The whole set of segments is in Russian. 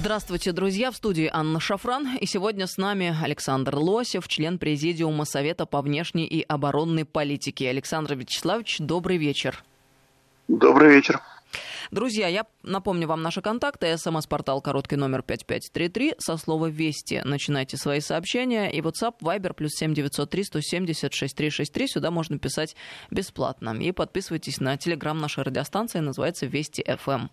Здравствуйте, друзья. В студии Анна Шафран. И сегодня с нами Александр Лосев, член Президиума Совета по внешней и оборонной политике. Александр Вячеславович, добрый вечер. Добрый вечер. Друзья, я напомню вам наши контакты. СМС-портал короткий номер 5533. Со слова «Вести» начинайте свои сообщения. И WhatsApp, Viber, +7 903 170 6363. Сюда можно писать бесплатно. И подписывайтесь на телеграм нашей радиостанции. Называется «Вести FM+».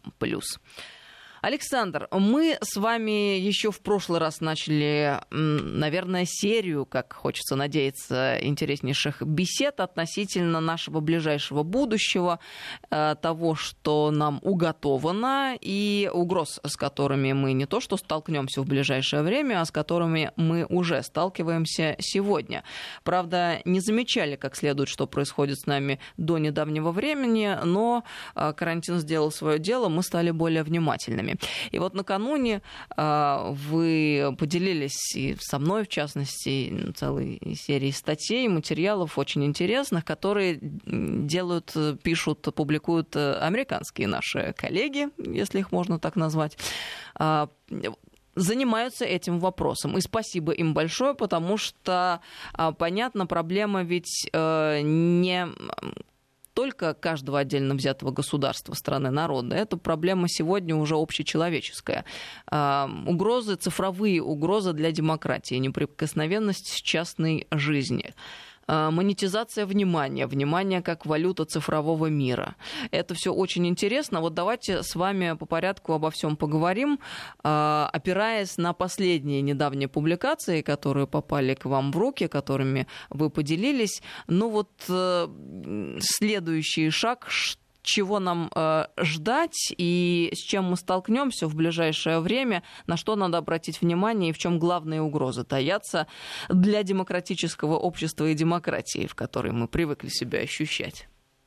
Александр, мы с вами еще в прошлый раз начали, наверное, серию, как хочется надеяться, интереснейших бесед относительно нашего ближайшего будущего, того, что нам уготовано, и угроз, с которыми мы не то что столкнемся в ближайшее время, а с которыми мы уже сталкиваемся сегодня. Правда, не замечали как следует, что происходит с нами до недавнего времени, но карантин сделал свое дело, мы стали более внимательными. И вот накануне вы поделились и со мной, в частности, целой серией статей, материалов очень интересных, которые пишут, публикуют американские наши коллеги, если их можно так назвать, занимаются этим вопросом. И спасибо им большое, потому что, понятно, проблема ведь не только каждого отдельно взятого государства, страны, народа. Это проблема сегодня уже общечеловеческая. Угрозы, цифровые угрозы для демократии, неприкосновенность частной жизни. Монетизация внимания как валюта цифрового мира. Это все очень интересно. Вот давайте с вами по порядку обо всем поговорим, опираясь на последние недавние публикации, которые попали к вам в руки, которыми вы поделились. Ну вот следующий шаг, чего нам ждать и с чем мы столкнемся в ближайшее время, на что надо обратить внимание и в чем главные угрозы таятся для демократического общества и демократии, в которой мы привыкли себя ощущать.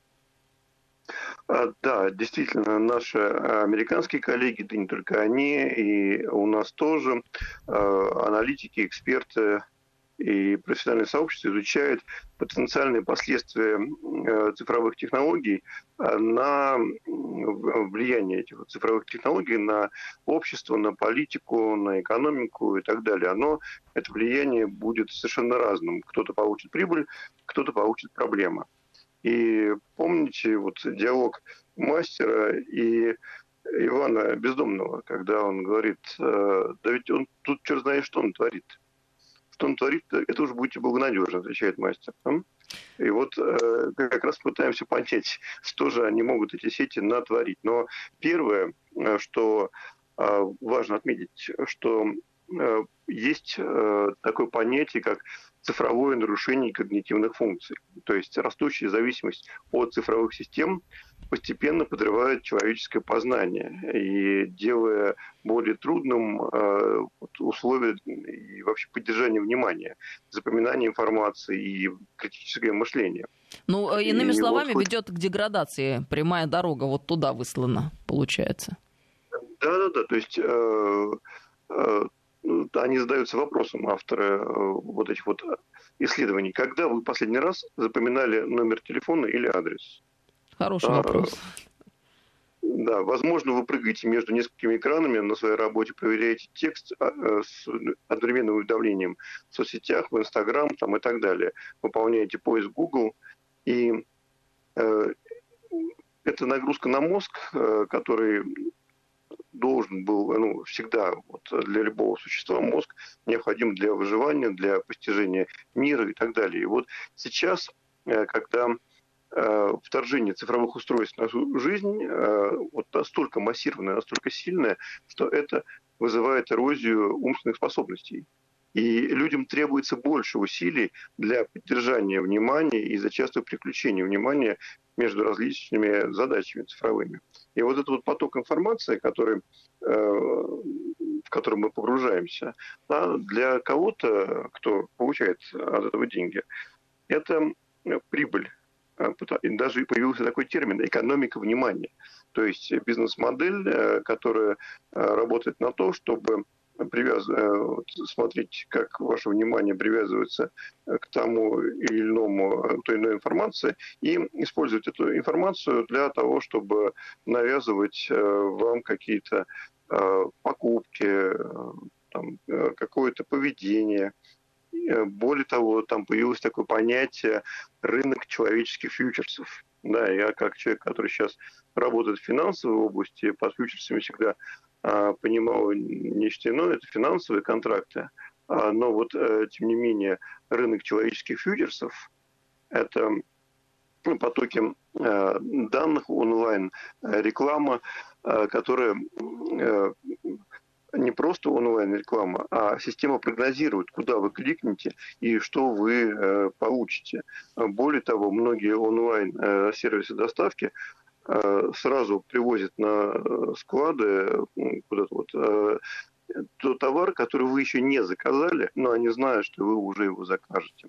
Да, действительно, наши американские коллеги, да не только они, и у нас тоже аналитики, эксперты и профессиональное сообщество изучает потенциальные последствия цифровых технологий на влияние этих цифровых технологий на общество, на политику, на экономику и так далее. Это влияние будет совершенно разным. Кто-то получит прибыль, кто-то получит проблемы. И помните диалог мастера и Ивана Бездомного, когда он говорит: да ведь он тут черт знает, что он творит. Что он творит, это уже будете благонадежны, отвечает мастер. И как раз пытаемся понять, что же они могут, эти сети, натворить. Но первое, что важно отметить, что есть такое понятие, как цифровое нарушение когнитивных функций. То есть растущая зависимость от цифровых систем постепенно подрывает человеческое познание и делая более трудным условия и вообще поддержание внимания, запоминание информации и критическое мышление. Ну, иными словами, ведет к деградации. Прямая дорога вот туда выслана, получается. Да. То есть они задаются вопросом, авторы этих исследований. Когда вы последний раз запоминали номер телефона или адрес? Хороший вопрос. Да, возможно, вы прыгаете между несколькими экранами на своей работе, проверяете текст с одновременным уведомлением в соцсетях, в Инстаграм и так далее. Выполняете поиск Google. И это нагрузка на мозг, который должен был, всегда для любого существа мозг необходим для выживания, для постижения мира и так далее. И сейчас, когда вторжение цифровых устройств в нашу жизнь настолько массированное, настолько сильное, что это вызывает эрозию умственных способностей. И людям требуется больше усилий для поддержания внимания и за частого переключения внимания между различными задачами цифровыми. И этот поток информации, в который мы погружаемся, для кого-то, кто получает от этого деньги, это прибыль. И даже появился такой термин «экономика внимания». То есть бизнес-модель, которая работает на то, чтобы смотреть, как ваше внимание привязывается к тому или иному, той иной информации, и использовать эту информацию для того, чтобы навязывать вам какие-то покупки, какое-то поведение. Более того, там появилось такое понятие рынок человеческих фьючерсов. Да, я как человек, который сейчас работает в финансовой области, под фьючерсами всегда понимал нечто иное, это финансовые контракты. Но вот, тем не менее, рынок человеческих фьючерсов – это потоки данных онлайн, реклама, которая не просто онлайн-реклама, а система прогнозирует, куда вы кликнете и что вы получите. Более того, многие онлайн-сервисы доставки сразу привозят на склады куда-то тот товар, который вы еще не заказали, но они знают, что вы уже его закажете.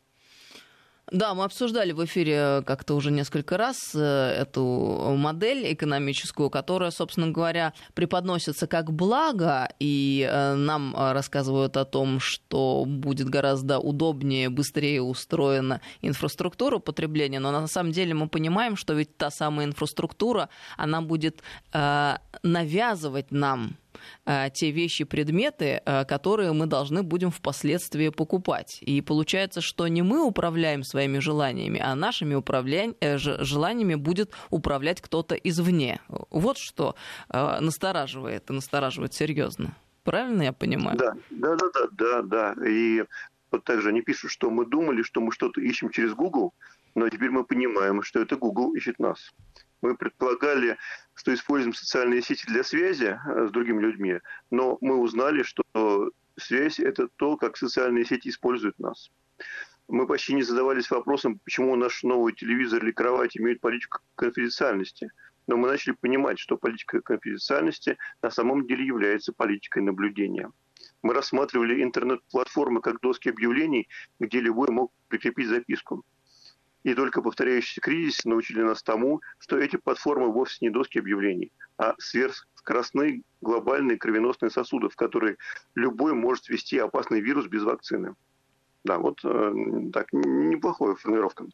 Да, мы обсуждали в эфире как-то уже несколько раз эту модель экономическую, которая, собственно говоря, преподносится как благо, и нам рассказывают о том, что будет гораздо удобнее, быстрее устроена инфраструктура потребления, но на самом деле мы понимаем, что ведь та самая инфраструктура, она будет навязывать нам те вещи, предметы, которые мы должны будем впоследствии покупать. И получается, что не мы управляем своими желаниями, а нашими желаниями будет управлять кто-то извне. Вот что настораживает, и настораживает серьезно. Правильно я понимаю? Да. И вот также они пишут, что мы думали, что мы что-то ищем через Google, но теперь мы понимаем, что это Google ищет нас. Мы предполагали, что используем социальные сети для связи с другими людьми, но мы узнали, что связь – это то, как социальные сети используют нас. Мы почти не задавались вопросом, почему наш новый телевизор или кровать имеют политику конфиденциальности. Но мы начали понимать, что политика конфиденциальности на самом деле является политикой наблюдения. Мы рассматривали интернет-платформы как доски объявлений, где любой мог прикрепить записку. И только повторяющиеся кризисы научили нас тому, что эти платформы вовсе не доски объявлений, а сверхскоростные глобальные кровеносные сосуды, в которые любой может ввести опасный вирус без вакцины. Да, вот так, неплохая формулировка.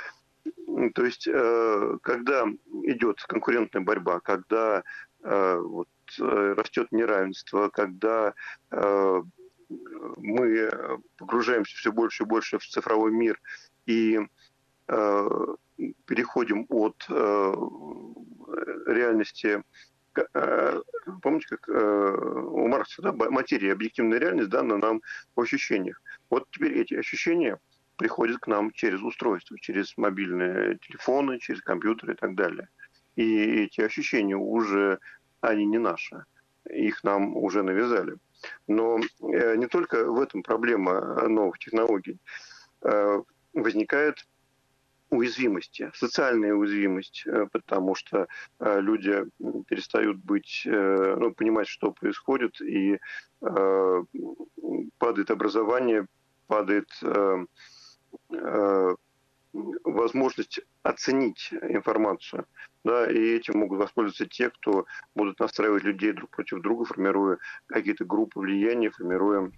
То есть, когда идет конкурентная борьба, когда растет неравенство, когда мы погружаемся все больше и больше в цифровой мир и переходим от реальности, помните, как у Маркса, да, материя, объективная реальность дана нам в ощущениях. Вот теперь эти ощущения приходят к нам через устройства, через мобильные телефоны, через компьютеры и так далее. И эти ощущения уже, они не наши, их нам уже навязали. Но не только в этом проблема новых технологий. Возникает уязвимости, социальная уязвимость, потому что люди перестают понимать, что происходит, и падает образование, падает возможность оценить информацию. Да, и этим могут воспользоваться те, кто будут настраивать людей друг против друга, формируя какие-то группы влияния, формируя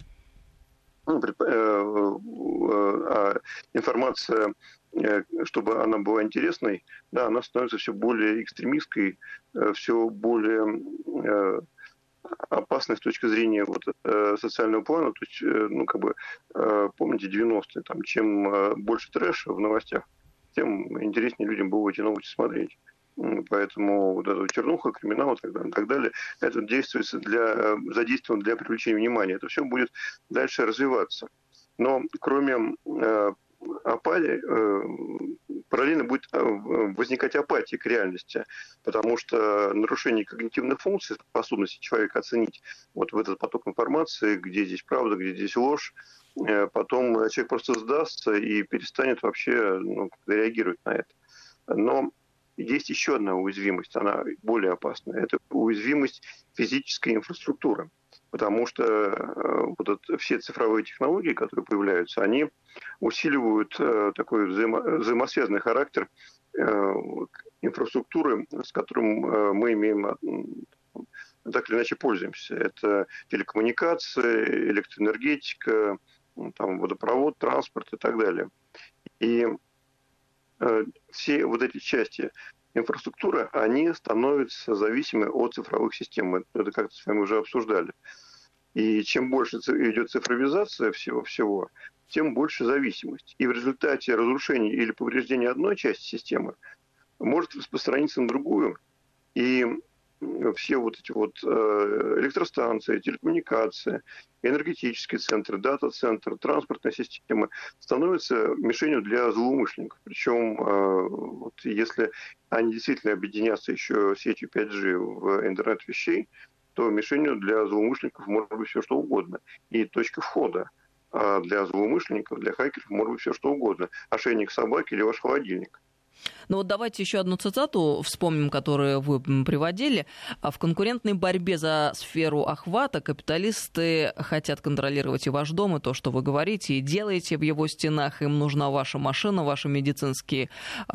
информация, чтобы она была интересной, да, она становится все более экстремистской, все более опасной с точки зрения социального плана. То есть, помните, 90-е, там, чем больше трэша в новостях, тем интереснее людям было эти новости смотреть. Поэтому вот эта чернуха, криминал и так далее, это задействовано для привлечения внимания. Это все будет дальше развиваться. Но кроме апатии, параллельно будет возникать апатия к реальности, потому что нарушение когнитивных функций, способности человека оценить вот в этот поток информации, где здесь правда, где здесь ложь, потом человек просто сдастся и перестанет вообще реагировать на это. Но есть еще одна уязвимость, она более опасная. Это уязвимость физической инфраструктуры. Потому что все цифровые технологии, которые появляются, они усиливают такой взаимосвязанный характер инфраструктуры, с которым мы имеем, так или иначе пользуемся. Это телекоммуникации, электроэнергетика, водопровод, транспорт и так далее. И все вот эти части инфраструктуры, они становятся зависимы от цифровых систем. Это как-то с вами уже обсуждали. И чем больше идет цифровизация всего, тем больше зависимость. И в результате разрушения или повреждения одной части системы может распространиться на другую. И все вот эти вот электростанции, телекоммуникации, энергетические центры, дата-центры, транспортная система становятся мишенью для злоумышленников. Причем, вот если они действительно объединятся еще сетью 5G в интернет вещей, то мишенью для злоумышленников может быть все что угодно. И точка входа для злоумышленников, для хакеров может быть все что угодно. Ошейник собаки или ваш холодильник. Ну вот давайте еще одну цитату вспомним, которую вы приводили. В конкурентной борьбе за сферу охвата капиталисты хотят контролировать и ваш дом, и то, что вы говорите, и делаете в его стенах. Им нужна ваша машина, ваши медицинские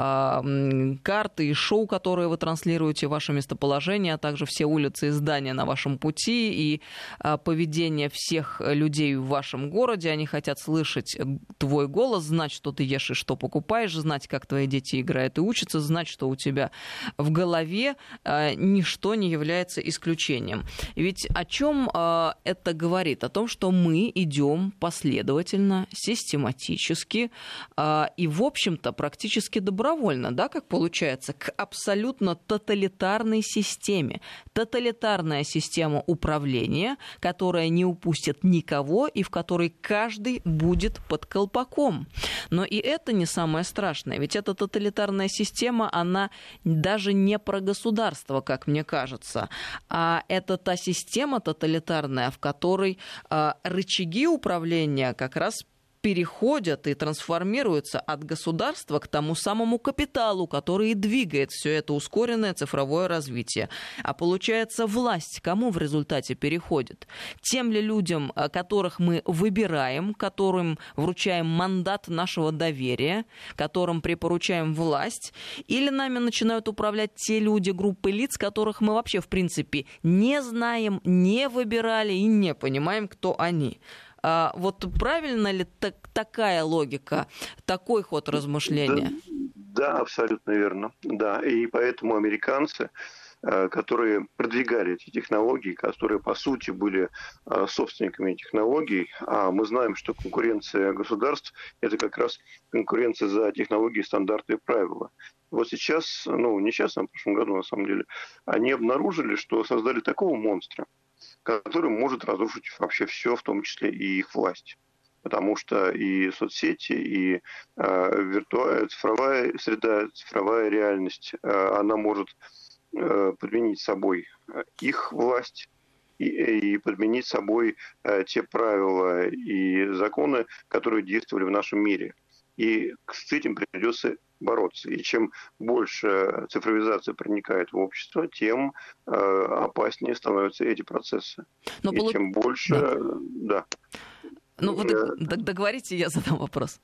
карты и шоу, которые вы транслируете, ваше местоположение, а также все улицы и здания на вашем пути, и поведение всех людей в вашем городе. Они хотят слышать твой голос, знать, что ты ешь и что покупаешь, знать, как твои дети играют и учатся, знать, что у тебя в голове, ничто не является исключением. Ведь о чем это говорит? О том, что мы идем последовательно, систематически и, в общем-то, практически добровольно, да, как получается, к абсолютно тоталитарной системе. Тоталитарная система управления, которая не упустит никого и в которой каждый будет под колпаком. Но и это не самое страшное, ведь эта тоталитарная система, она даже не про государство, как мне кажется, а это та система тоталитарная, в которой рычаги управления как раз переходят и трансформируются от государства к тому самому капиталу, который и двигает все это ускоренное цифровое развитие. А получается, власть кому в результате переходит? Тем ли людям, которых мы выбираем, которым вручаем мандат нашего доверия, которым припоручаем власть, или нами начинают управлять те люди, группы лиц, которых мы вообще, в принципе, не знаем, не выбирали и не понимаем, кто они? Вот правильно ли такая логика, такой ход размышления? Да, абсолютно верно. Да, и поэтому американцы, которые продвигали эти технологии, которые, по сути, были собственниками технологий, а мы знаем, что конкуренция государств – это как раз конкуренция за технологии, стандарты и правила. Вот сейчас, не сейчас, а в прошлом году, на самом деле, они обнаружили, что создали такого монстра, который может разрушить вообще все, в том числе и их власть. Потому что и соцсети, и цифровая среда, цифровая реальность, она может подменить собой их власть и подменить собой те правила и законы, которые действовали в нашем мире. И с этим придется бороться. И чем больше цифровизация проникает в общество, тем опаснее становятся эти процессы. И тем больше... Да. Ну, вы договорите, я задам вопрос.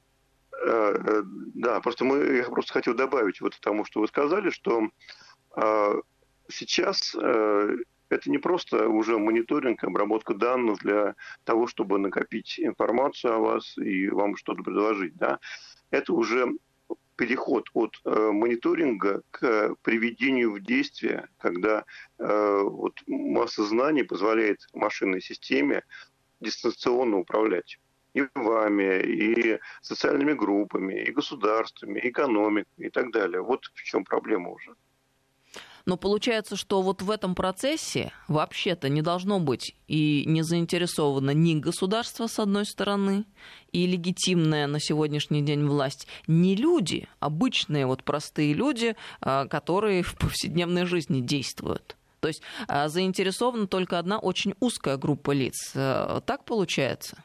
Да, я просто хотел добавить вот к тому, что вы сказали, что сейчас это не просто уже мониторинг, обработка данных для того, чтобы накопить информацию о вас и вам что-то предложить. Да? Это уже переход от мониторинга к приведению в действие, когда масса знаний позволяет машинной системе дистанционно управлять и вами, и социальными группами, и государствами, и экономикой и так далее. Вот в чем проблема уже. Но получается, что вот в этом процессе вообще-то не должно быть и не заинтересовано ни государство, с одной стороны, и легитимная на сегодняшний день власть, ни люди, обычные вот простые люди, которые в повседневной жизни действуют. То есть заинтересована только одна очень узкая группа лиц. Так получается?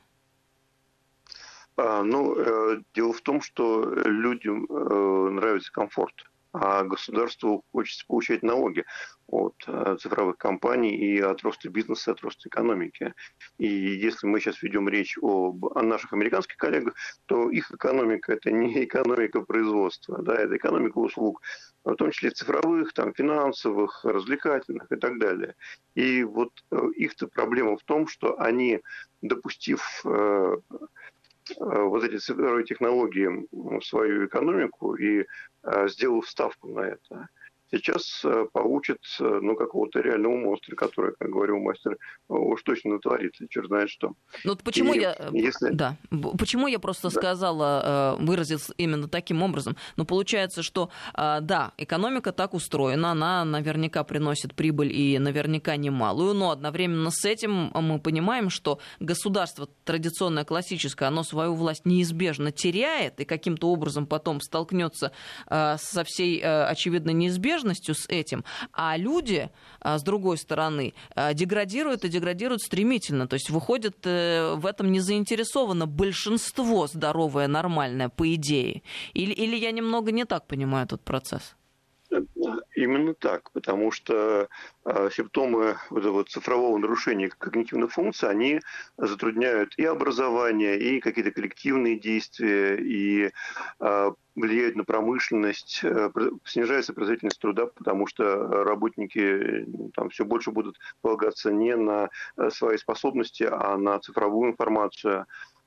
Дело в том, что людям нравится комфорт. А государству хочется получать налоги от цифровых компаний и от роста бизнеса, от роста экономики. И если мы сейчас ведем речь о наших американских коллегах, то их экономика – это не экономика производства, да, это экономика услуг, в том числе цифровых, финансовых, развлекательных и так далее. И вот их-то проблема в том, что они, допустив вот эти цифровые технологии в свою экономику и сделал ставку на это. Сейчас получит какого-то реального монстра, который, как говорил мастер, уж точно натворит, черт знает что. Ну вот почему если... почему я просто сказала, выразился именно таким образом. Но получается, что да, экономика так устроена, она наверняка приносит прибыль и наверняка немалую, но одновременно с этим мы понимаем, что государство традиционное, классическое, оно свою власть неизбежно теряет и каким-то образом потом столкнется со всей очевидной неизбежностью с этим, а люди, с другой стороны, деградируют и деградируют стремительно. То есть выходит, в этом не заинтересовано большинство здоровое, нормальное, по идее. Или я немного не так понимаю этот процесс? Именно так, потому что симптомы цифрового нарушения когнитивных функций, они затрудняют и образование, и какие-то коллективные действия, и влияют на промышленность, снижается производительность труда, потому что работники там все больше будут полагаться не на свои способности, а на цифровую информацию.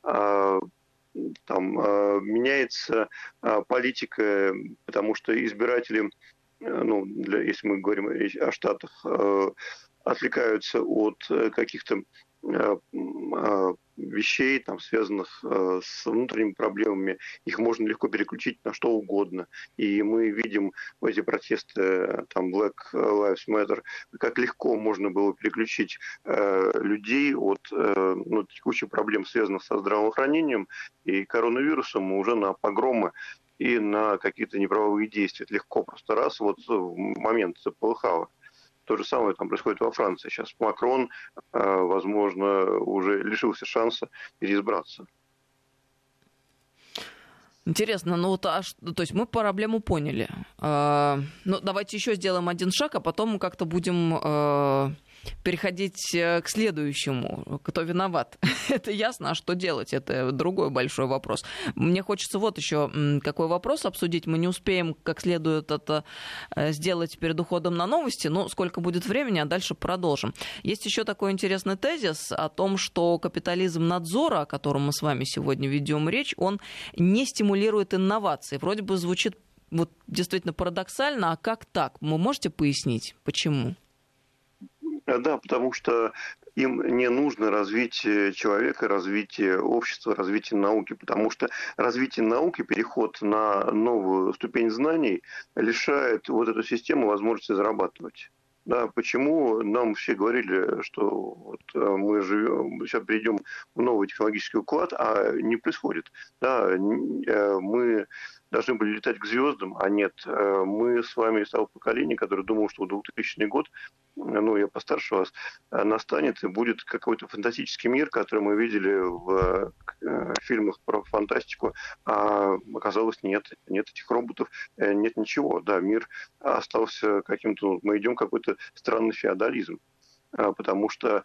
Меняется политика, потому что избиратели, если мы говорим о Штатах, отвлекаются от каких-то вещей, связанных с внутренними проблемами. Их можно легко переключить на что угодно. И мы видим эти протесты, Black Lives Matter, как легко можно было переключить людей от текущих проблем, связанных со здравоохранением и коронавирусом, уже на погромы и на какие-то неправовые действия. Это легко, просто раз, в момент полыхало. То же самое происходит во Франции. Сейчас Макрон, возможно, уже лишился шанса переизбраться. Интересно, то есть мы проблему поняли. Давайте еще сделаем один шаг, а потом мы как-то будем переходить к следующему. Кто виноват? Это ясно, а что делать? Это другой большой вопрос. Мне хочется еще какой вопрос обсудить. Мы не успеем как следует это сделать перед уходом на новости, но сколько будет времени, а дальше продолжим. Есть еще такой интересный тезис о том, что капитализм надзора, о котором мы с вами сегодня ведем речь, он не стимулирует инновации. Вроде бы звучит действительно парадоксально, а как так? Вы можете пояснить, почему? Да, потому что им не нужно развитие человека, развитие общества, развитие науки, потому что развитие науки, переход на новую ступень знаний лишает эту систему возможности зарабатывать. Да, почему нам все говорили, что мы сейчас перейдем в новый технологический уклад, а не происходит. Да, мы должны были летать к звездам, а нет. Мы с вами из того поколения, которое думало, что 2000 год, я постарше вас, настанет и будет какой-то фантастический мир, который мы видели в фильмах про фантастику, а оказалось нет этих роботов, нет ничего. Да, мир остался каким-то, мы идем какой-то странный феодализм, потому что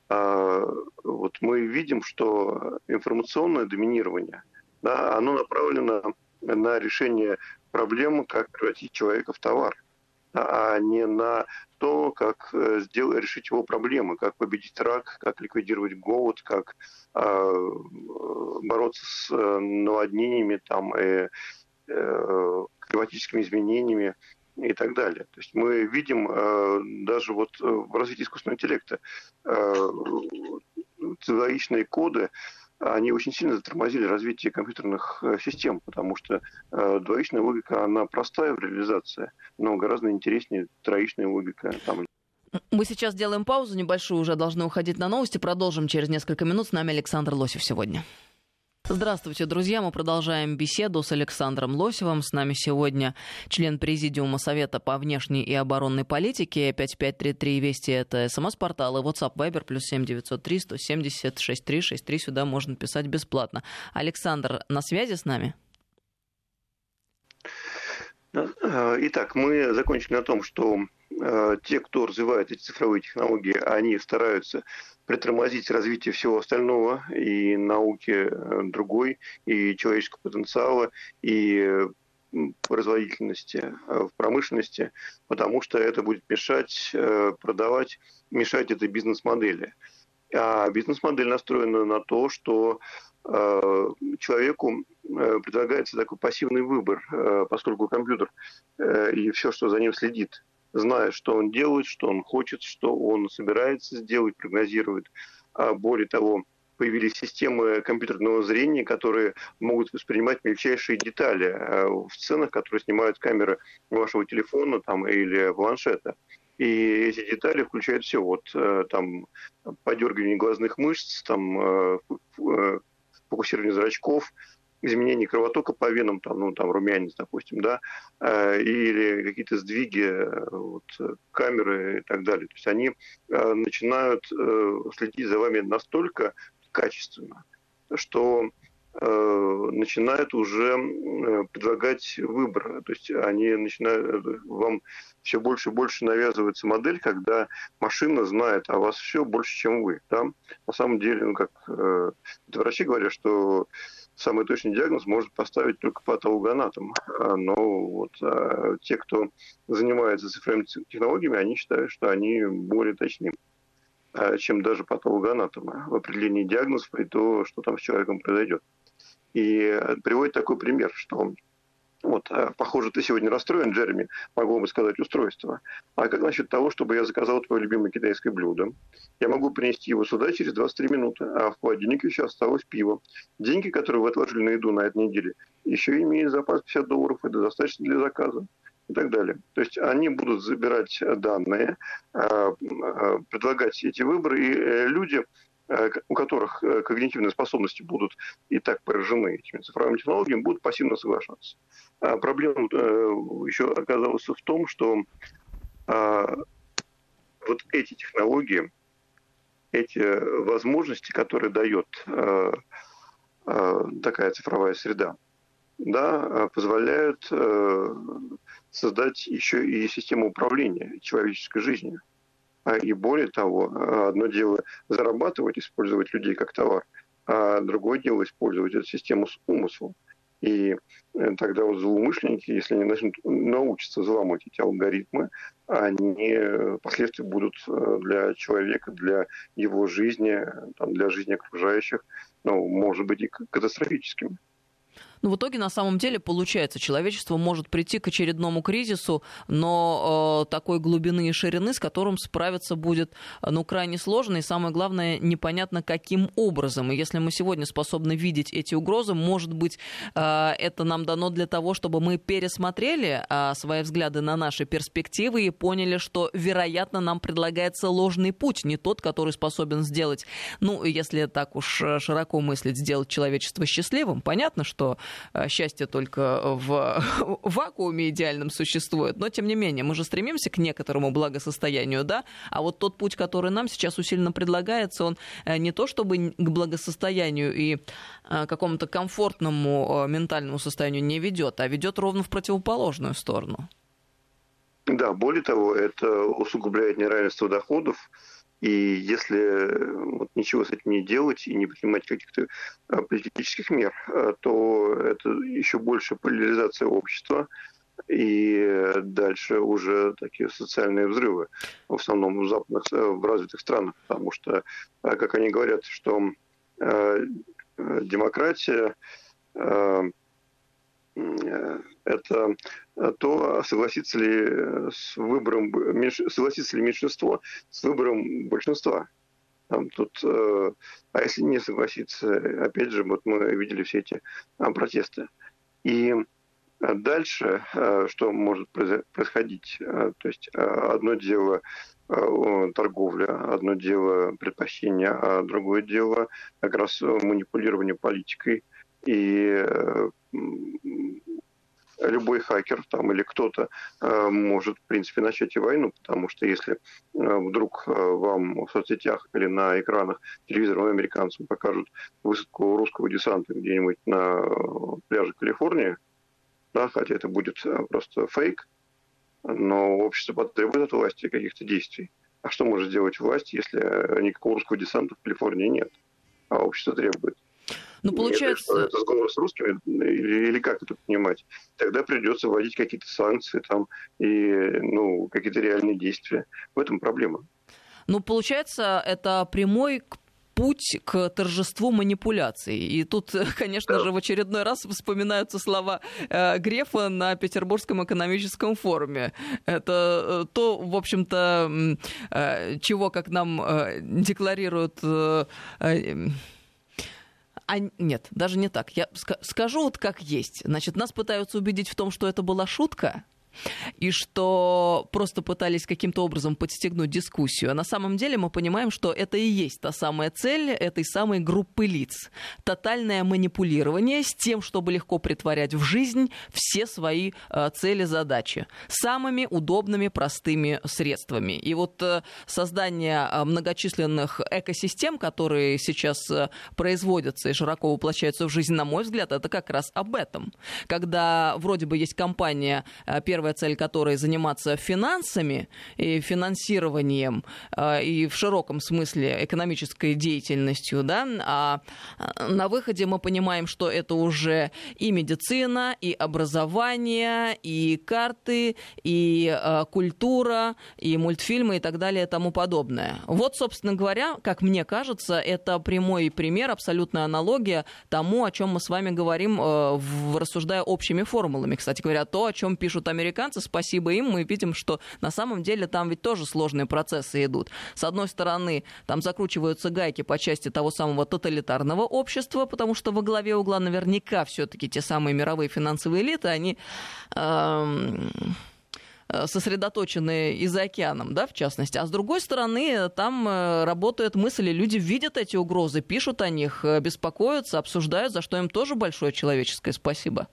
мы видим, что информационное доминирование, да, оно направлено на решение проблемы, как превратить человека в товар, а не на то, как решить его проблемы, как победить рак, как ликвидировать голод, как бороться с наводнениями, климатическими изменениями и так далее. То есть мы видим даже в развитии искусственного интеллекта двоичные коды, они очень сильно затормозили развитие компьютерных систем, потому что двоичная логика, она простая в реализации, но гораздо интереснее троичная логика. Мы сейчас делаем паузу небольшую, уже должны уходить на новости. Продолжим через несколько минут. С нами Александр Лосев сегодня. Здравствуйте, друзья. Мы продолжаем беседу с Александром Лосевым. С нами сегодня член Президиума Совета по внешней и оборонной политике. 5533 Вести — это СМС-портал, и WhatsApp Viber +7 903 170 6363. Сюда можно писать бесплатно. Александр на связи с нами? Итак, мы закончили на том, что те, кто развивает эти цифровые технологии, они стараются притормозить развитие всего остального, и науки другой, и человеческого потенциала, и производительности в промышленности, потому что это будет мешать продавать, мешать этой бизнес-модели. А бизнес-модель настроена на то, что человеку предлагается такой пассивный выбор, поскольку компьютер и все, что за ним следит, знает, что он делает, что он хочет, что он собирается сделать, прогнозирует. Более того, появились системы компьютерного зрения, которые могут воспринимать мельчайшие детали в сценах, которые снимают камеры вашего телефона там, или планшета. И эти детали включают все, вот там подергивание глазных мышц, там фокусирование зрачков, изменение кровотока по венам, там, ну, там румянец, допустим, да, или какие-то сдвиги вот, камеры и так далее. То есть они начинают следить за вами настолько качественно, что начинают уже предлагать выбор. То есть они начинают, вам все больше и больше навязывается модель, когда машина знает о вас все больше, чем вы. Да? На самом деле, ну, как врачи говорят, что самый точный диагноз может поставить только патологоанатом. Но вот, те, кто занимается цифровыми технологиями, они считают, что они более точны, чем даже патологоанатомы в определении диагнозов и то, что там с человеком произойдет. И приводит такой пример, что вот, похоже, ты сегодня расстроен, Джереми, могу бы сказать устройство. А как насчет того, чтобы я заказал твое любимое китайское блюдо? Я могу принести его сюда через 23 минуты, а в холодильнике еще осталось пиво. Деньги, которые вы отложили на еду на этой неделе, еще имеют запас $50, это достаточно для заказа. И так далее. То есть они будут забирать данные, предлагать эти выборы, и люди, у которых когнитивные способности будут и так поражены этими цифровыми технологиями, будут пассивно соглашаться. Проблема еще оказалась в том, что вот эти технологии, эти возможности, которые дает такая цифровая среда, да, позволяют создать еще и систему управления человеческой жизнью. И более того, одно дело зарабатывать, использовать людей как товар, а другое дело использовать эту систему с умыслом. И тогда вот злоумышленники, если они научатся взламывать эти алгоритмы, они последствия будут для человека, для его жизни, там, для жизни окружающих, ну, может быть, и катастрофическими. Ну, в итоге, на самом деле, получается, человечество может прийти к очередному кризису, но такой глубины и ширины, с которым справиться будет, ну, крайне сложно, и самое главное, непонятно, каким образом. И если мы сегодня способны видеть эти угрозы, может быть, это нам дано для того, чтобы мы пересмотрели свои взгляды на наши перспективы и поняли, что, вероятно, нам предлагается ложный путь, не тот, который способен сделать, ну, если так уж широко мыслить, сделать человечество счастливым. Понятно, что счастье только в вакууме идеальном существует, но тем не менее мы же стремимся к некоторому благосостоянию, да, а вот тот путь, который нам сейчас усиленно предлагается, он не то чтобы к благосостоянию и какому-то комфортному ментальному состоянию не ведет, а ведет ровно в противоположную сторону. Да, более того, это усугубляет неравенство доходов. И если вот ничего с этим не делать и не принимать каких-то политических мер, то это еще больше поляризация общества и дальше уже такие социальные взрывы, в основном в развитых странах, потому что, как они говорят, что демократия это то, согласится ли меньшинство с выбором большинства. Тут, а если не согласится, опять же, вот мы видели все эти протесты. И дальше, что может происходить? То есть одно дело торговля, одно дело предпочтение, а другое дело как раз манипулирование политикой. И любой хакер там, или кто-то может, в принципе, начать и войну, потому что если вдруг вам в соцсетях или на экранах телевизора американцам покажут высадку русского десанта где-нибудь на пляже Калифорнии, да, хотя это будет просто фейк, но общество потребует от власти каких-то действий. А что может сделать власть, если никакого русского десанта в Калифорнии нет, а общество требует? Ну, получается... Это сговор с русскими, или как это понимать? Тогда придется вводить какие-то санкции там, и какие-то реальные действия. В этом проблема. Ну, получается, это прямой путь к торжеству манипуляций. И тут, конечно же, в очередной раз вспоминаются слова Грефа на Петербургском экономическом форуме. Это то, в общем-то, чего, как нам декларируют... Нет, даже не так. Я скажу вот как есть. Значит, нас пытаются убедить в том, что это была шутка, и что просто пытались каким-то образом подстегнуть дискуссию. А на самом деле мы понимаем, что это и есть та самая цель этой самой группы лиц. Тотальное манипулирование с тем, чтобы легко претворять в жизнь все свои цели, задачи. Самыми удобными, простыми средствами. И вот создание многочисленных экосистем, которые сейчас производятся и широко воплощаются в жизнь, на мой взгляд, это как раз об этом. Когда вроде бы есть компания, первая цель которой заниматься финансами и финансированием и в широком смысле экономической деятельностью, да, а на выходе мы понимаем, что это уже и медицина, и образование, и карты, и культура, и мультфильмы и так далее и тому подобное. Вот, собственно говоря, как мне кажется, это прямой пример, абсолютная аналогия тому, о чем мы с вами говорим, рассуждая общими формулами. Кстати говоря, то, о чем пишут американцы, спасибо им, мы видим, что на самом деле там ведь тоже сложные процессы идут. С одной стороны, там закручиваются гайки по части того самого тоталитарного общества, потому что во главе угла наверняка все-таки те самые мировые финансовые элиты, они сосредоточены и за океаном, да, в частности. А с другой стороны, там работает мысль, и люди видят эти угрозы, пишут о них, беспокоятся, обсуждают, за что им тоже большое человеческое спасибо.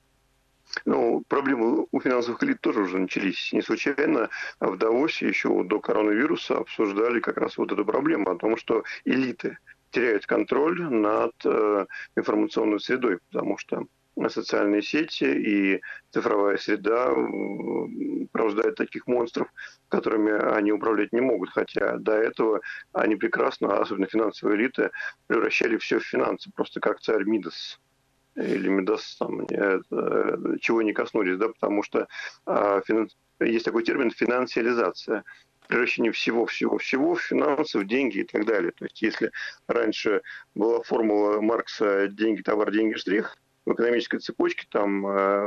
Ну, проблемы у финансовых элит тоже уже начались. Не случайно в Давосе еще до коронавируса обсуждали как раз вот эту проблему о том, что элиты теряют контроль над информационной средой, потому что социальные сети и цифровая среда порождают таких монстров, которыми они управлять не могут. Хотя до этого они прекрасно, особенно финансовые элиты, превращали все в финансы, просто как царь Мидас. Или Мидас, там, чего не коснулись, да, потому что есть такой термин «финансиализация». Превращение всего-всего-всего в финансы, в деньги и так далее. То есть если раньше была формула Маркса «деньги, товар, деньги, штрих», в экономической цепочке там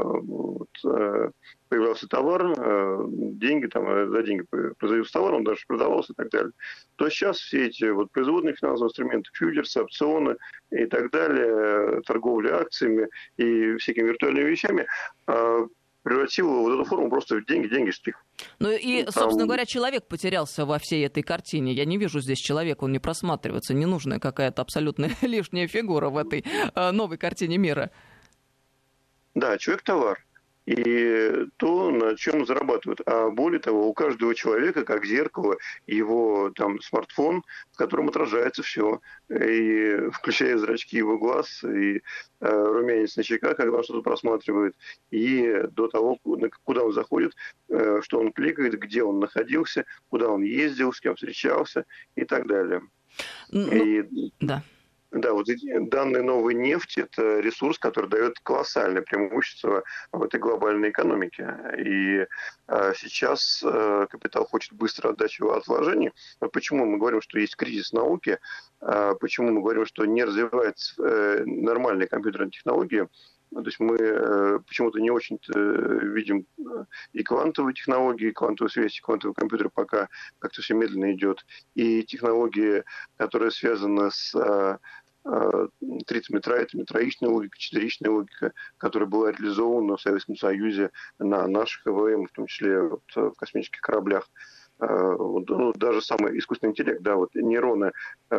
появлялся товар, деньги, там, за деньги продается товар, он даже продавался и так далее, то сейчас все эти вот производные финансовые инструменты, фьючерсы, опционы и так далее, торговля акциями и всякими виртуальными вещами превратила вот эту форму просто в деньги, штрих. Ну и, собственно говоря, человек потерялся во всей этой картине. Я не вижу здесь человека, он не просматривается. Ненужная какая-то абсолютно лишняя фигура в этой новой картине мира. Да, человек-товар. И то, на чем зарабатывают. А более того, у каждого человека, как зеркало, его там смартфон, в котором отражается все. И включая зрачки его глаз, и румянец на щеках, когда он что-то просматривает, и до того, куда он заходит, что он кликает, где он находился, куда он ездил, с кем встречался и так далее. Да. Да, вот данные новой нефти – это ресурс, который дает колоссальное преимущество в этой глобальной экономике. И сейчас капитал хочет быстрой отдачи от вложений. Вот почему мы говорим, что есть кризис науки, почему мы говорим, что не развиваются нормальные компьютерные технологии. То есть мы почему-то не очень-то видим и квантовые технологии, и квантовую связь, и квантовый компьютер пока как-то все медленно идет. И технологии, которые связаны с тритометрайтами, троичной логикой, четыричной логикой, которая была реализована в Советском Союзе на наших ИВМ, в том числе вот в космических кораблях. Ну, даже самый искусственный интеллект, да, вот нейроны,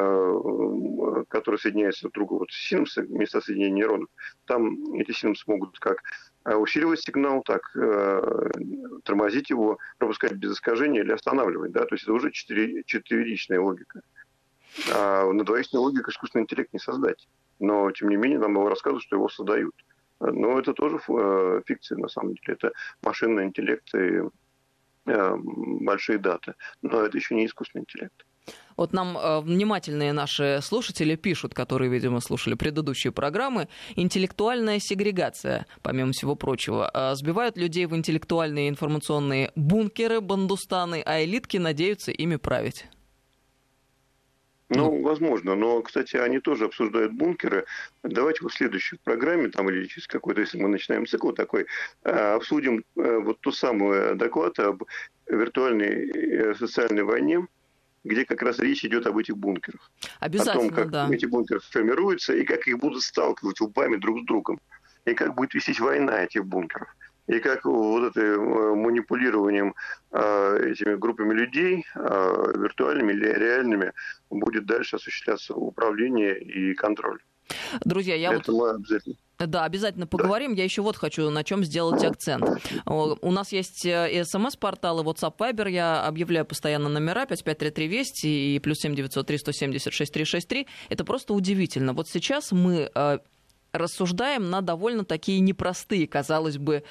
которые соединяются друг к другу, вот синапсы, места соединения нейронов, там эти синапсы могут как усиливать сигнал, так тормозить его, пропускать без искажения или останавливать, да, то есть это уже четверичная логика. А на двоичной логике искусственный интеллект не создать. Но, тем не менее, нам его рассказывают, что его создают. Но это тоже фикция, на самом деле. Это машинный интеллект и большие даты. Но это еще не искусственный интеллект. Вот нам внимательные наши слушатели пишут, которые, видимо, слушали предыдущие программы, интеллектуальная сегрегация, помимо всего прочего, сбивают людей в интеллектуальные информационные бункеры, бандустаны, а элитки надеются ими править. Ну, возможно, но, кстати, они тоже обсуждают бункеры. Давайте в следующей программе, там, или через какой-то, если мы начинаем цикл такой, обсудим вот ту самую доклад об виртуальной социальной войне, где как раз речь идет об этих бункерах. Обязательно, о том, как эти бункеры формируются, и как их будут сталкивать лбами друг с другом. И как будет вестись война этих бункеров. И как вот это манипулированием этими группами людей, виртуальными или реальными, будет дальше осуществляться управление и контроль. Друзья, обязательно поговорим. Я еще вот хочу на чем сделать акцент. У нас есть и СМС-портал, и WhatsApp, Viber. Я объявляю постоянно номера 5533 Вести и +7 903 170 6363. Это просто удивительно. Вот сейчас мы рассуждаем на довольно такие непростые, казалось бы,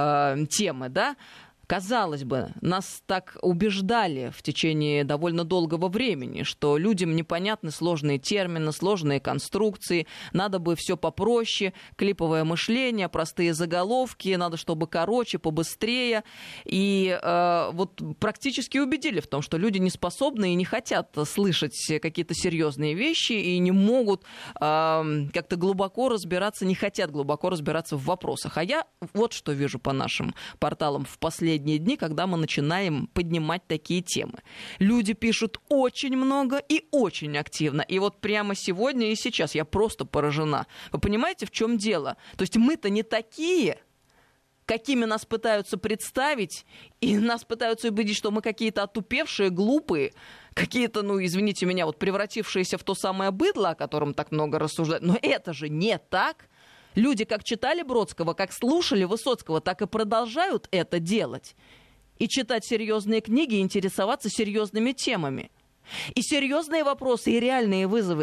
темы, да? Казалось бы, нас так убеждали в течение довольно долгого времени, что людям непонятны сложные термины, сложные конструкции, надо бы все попроще, клиповое мышление, простые заголовки, надо, чтобы короче, побыстрее. И вот практически убедили в том, что люди не способны и не хотят слышать какие-то серьезные вещи и не могут как-то глубоко разбираться, не хотят глубоко разбираться в вопросах. А я вот что вижу по нашим порталам в последние дни, когда мы начинаем поднимать такие темы. Люди пишут очень много и очень активно. И вот прямо сегодня и сейчас я просто поражена. Вы понимаете, в чем дело? То есть мы-то не такие, какими нас пытаются представить, и нас пытаются убедить, что мы какие-то отупевшие, глупые, какие-то, извините меня, вот превратившиеся в то самое быдло, о котором так много рассуждают. Но это же не так. Люди как читали Бродского, как слушали Высоцкого, так и продолжают это делать. И читать серьезные книги, и интересоваться серьезными темами. И серьезные вопросы, и реальные вызовы,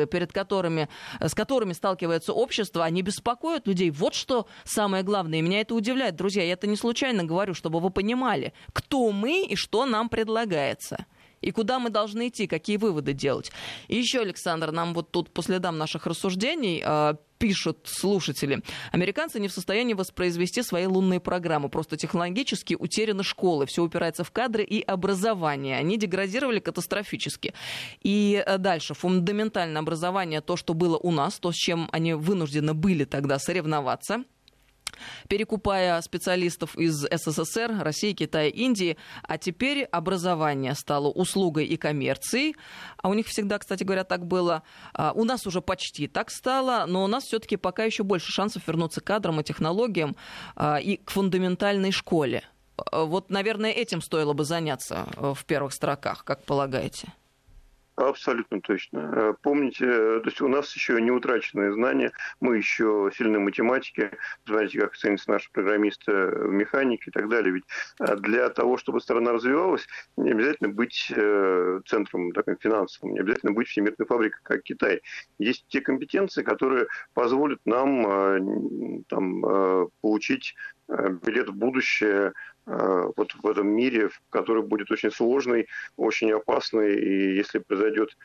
с которыми сталкивается общество, они беспокоят людей. Вот что самое главное. И меня это удивляет. Друзья, я это не случайно говорю, чтобы вы понимали, кто мы и что нам предлагается. И куда мы должны идти, какие выводы делать. И еще, Александр, нам вот тут по следам наших рассуждений пишут слушатели. Американцы не в состоянии воспроизвести свои лунные программы. Просто технологически утеряны школы. Все упирается в кадры и образование. Они деградировали катастрофически. И дальше. Фундаментальное образование, то, что было у нас, то, с чем они вынуждены были тогда соревноваться, перекупая специалистов из СССР, России, Китая, Индии. А теперь образование стало услугой и коммерцией. А у них всегда, кстати говоря, так было. У нас уже почти так стало, но у нас все-таки пока еще больше шансов вернуться к кадрам и технологиям и к фундаментальной школе. Вот, наверное, этим стоило бы заняться в первых строках, как полагаете? Абсолютно точно. Помните, то есть у нас еще не утраченные знания, мы еще сильны в математике, знаете, как ценятся наши программисты в механике и так далее. Ведь для того, чтобы страна развивалась, не обязательно быть центром таким финансовым, не обязательно быть всемирной фабрикой, как Китай. Есть те компетенции, которые позволят нам получить билет в будущее вот в этом мире, который будет очень сложный, очень опасный, и если произойдет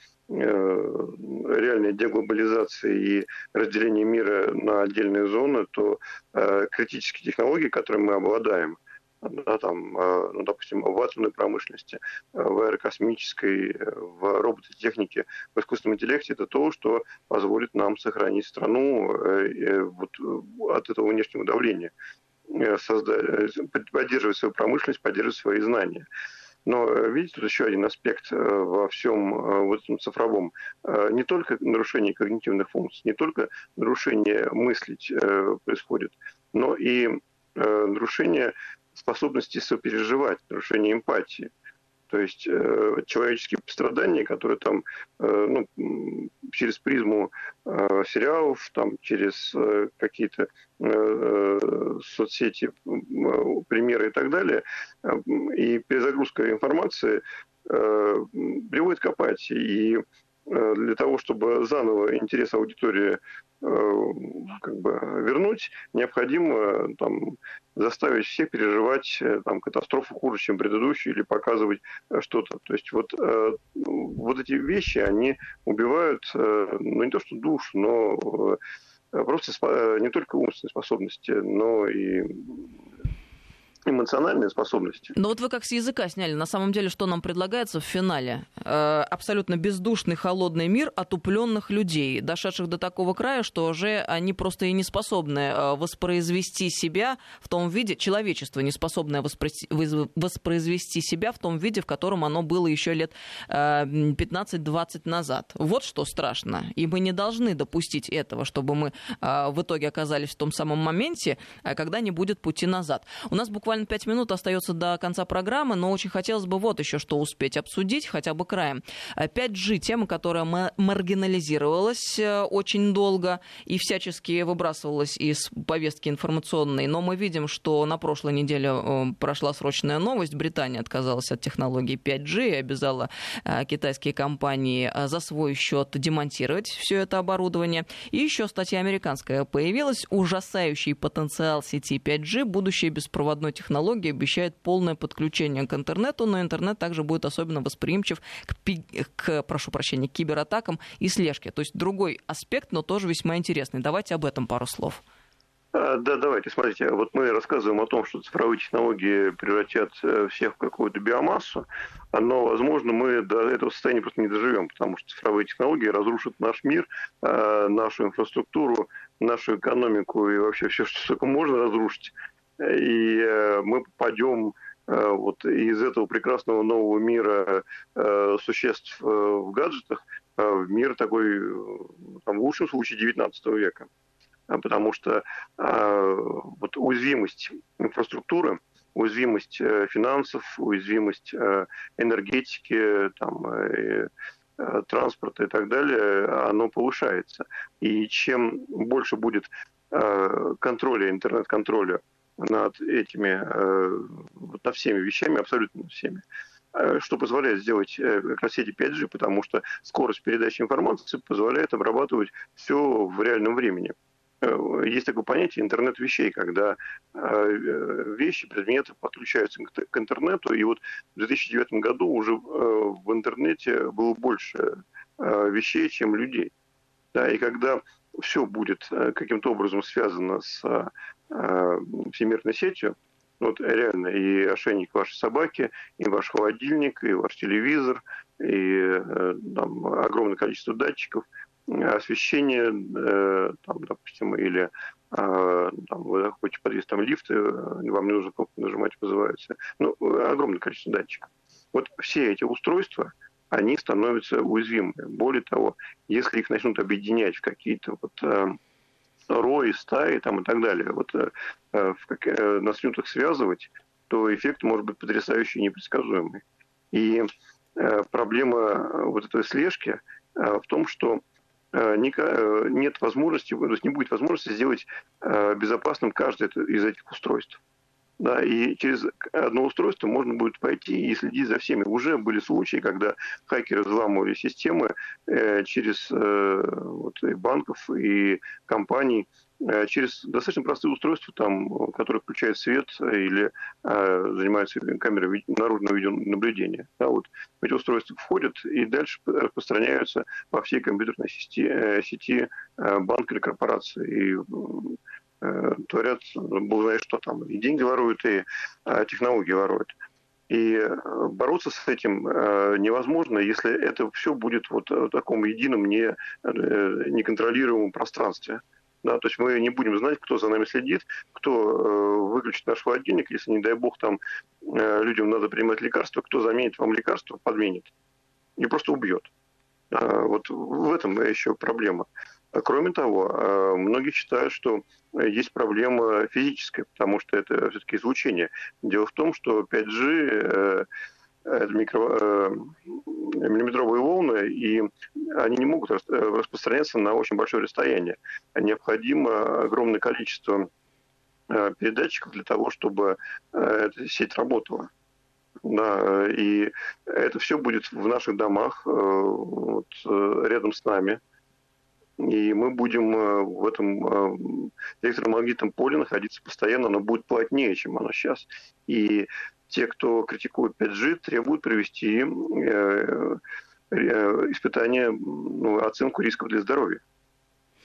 реальная деглобализация и разделение мира на отдельные зоны, то критические технологии, которыми мы обладаем, допустим, в атомной промышленности, в аэрокосмической, в робототехнике, в искусственном интеллекте, это то, что позволит нам сохранить страну от этого внешнего давления. Поддерживать свою промышленность, поддерживать свои знания. Но, видите, тут еще один аспект во всем вот этом цифровом. Не только нарушение когнитивных функций, не только нарушение мыслить происходит, но и нарушение способности сопереживать, нарушение эмпатии. То есть человеческие страдания, которые там через призму сериалов, через какие-то соцсети, примеры и так далее, и перезагрузка информации приводит к апатии. И для того, чтобы заново интерес аудитории вернуть, необходимо заставить всех переживать катастрофу хуже, чем предыдущую, или показывать что-то. То есть вот эти вещи, они убивают, не то что душу, но просто не только умственные способности, но и эмоциональные способности. Но вот вы как с языка сняли. На самом деле, что нам предлагается в финале? Абсолютно бездушный, холодный мир отупленных людей, дошедших до такого края, что уже они просто и не способны воспроизвести себя в том виде, человечество не способное воспроизвести себя в том виде, в котором оно было еще лет 15-20 назад. Вот что страшно. И мы не должны допустить этого, чтобы мы в итоге оказались в том самом моменте, когда не будет пути назад. У нас буквально 5 минут остается до конца программы, но очень хотелось бы вот еще что успеть обсудить, хотя бы краем. 5G, тема, которая маргинализировалась очень долго и всячески выбрасывалась из повестки информационной, но мы видим, что на прошлой неделе прошла срочная новость. Британия отказалась от технологии 5G и обязала китайские компании за свой счет демонтировать все это оборудование. И еще статья американская появилась. Ужасающий потенциал сети 5G, будущее беспроводной технологии обещает полное подключение к интернету, но интернет также будет особенно восприимчив к кибератакам и слежке. То есть другой аспект, но тоже весьма интересный. Давайте об этом пару слов. Да, давайте, смотрите, вот мы рассказываем о том, что цифровые технологии превратят всех в какую-то биомассу, но, возможно, мы до этого состояния просто не доживем, потому что цифровые технологии разрушат наш мир, нашу инфраструктуру, нашу экономику и вообще все, что только можно разрушить. И мы попадем вот из этого прекрасного нового мира существ в гаджетах в мир такой, там, в лучшем случае, 19 века. Потому что вот уязвимость инфраструктуры, уязвимость финансов, уязвимость энергетики, там, транспорта и так далее, оно повышается. И чем больше будет контроля, интернет-контроля над этими, над всеми вещами, абсолютно всеми, что позволяет сделать как раз сети 5G, потому что скорость передачи информации позволяет обрабатывать все в реальном времени. Есть такое понятие интернет вещей, когда вещи, предметы подключаются к интернету, и вот в 2009 году уже в интернете было больше вещей, чем людей. Да, и когда все будет каким-то образом связано с всемирной сетью, вот реально и ошейник вашей собаки, и ваш холодильник, и ваш телевизор, и там огромное количество датчиков, освещение, там, допустим, или там, вы заходите в подъезд, там лифты, вам не нужно кнопку нажимать, вызываются. Ну, огромное количество датчиков. Вот все эти устройства, они становятся уязвимыми. Более того, если их начнут объединять в какие-то вот рои, стаи там, и так далее, вот начнут их связывать, то эффект может быть потрясающий и непредсказуемый. И проблема вот этой слежки в том, что нет возможности, то есть не будет возможности сделать безопасным каждое из этих устройств. Да, и через одно устройство можно будет пойти и следить за всеми. Уже были случаи, когда хакеры взламывали системы через вот, и банков и компаний, через достаточно простые устройства, там, которые включают свет или занимаются камерой наружного видеонаблюдения. Да, вот эти устройства входят и дальше распространяются по всей компьютерной сети банка или корпорации. И творят, бог знает что там. И деньги воруют, и технологии воруют. И бороться с этим невозможно, если это все будет вот в таком едином, неконтролируемом пространстве. Да, то есть мы не будем знать, кто за нами следит, кто выключит наш холодильник, если, не дай бог, там людям надо принимать лекарства, кто заменит вам лекарство, подменит и просто убьет. Вот в этом еще проблема. Кроме того, многие считают, что есть проблема физическая, потому что это все-таки излучение. Дело в том, что 5G это миллиметровые волны, и они не могут распространяться на очень большое расстояние. Необходимо огромное количество передатчиков для того, чтобы эта сеть работала. Да, и это все будет в наших домах, вот, рядом с нами. И мы будем в этом электромагнитном поле находиться постоянно, оно будет плотнее, чем оно сейчас. И те, кто критикует 5G, требуют провести испытания, оценку рисков для здоровья.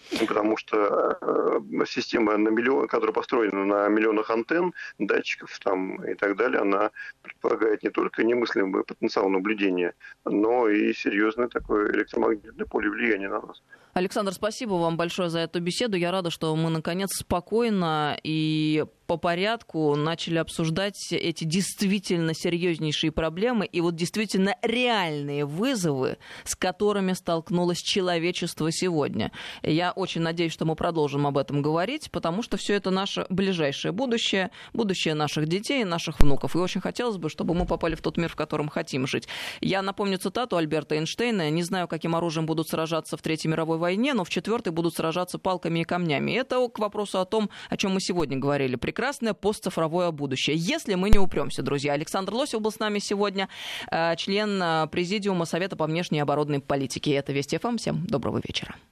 потому что система, которая построена на миллионах антенн, датчиков там, и так далее, она предполагает не только немыслимый потенциал наблюдения, но и серьезное такое электромагнитное поле влияния на нас. Александр, спасибо вам большое за эту беседу. Я рада, что мы, наконец, спокойно и по порядку начали обсуждать эти действительно серьезнейшие проблемы и вот действительно реальные вызовы, с которыми столкнулось человечество сегодня. Я очень надеюсь, что мы продолжим об этом говорить, потому что все это наше ближайшее будущее, будущее наших детей и наших внуков. И очень хотелось бы, чтобы мы попали в тот мир, в котором хотим жить. Я напомню цитату Альберта Эйнштейна: «Не знаю, каким оружием будут сражаться в Третьей мировой войне, но в Четвертой будут сражаться палками и камнями». Это к вопросу о том, о чем мы сегодня говорили. Прекрасное постцифровое будущее, если мы не упремся, друзья. Александр Лосев был с нами сегодня, член Президиума Совета по внешней и оборонной политике. Это Вести ФМ. Всем доброго вечера.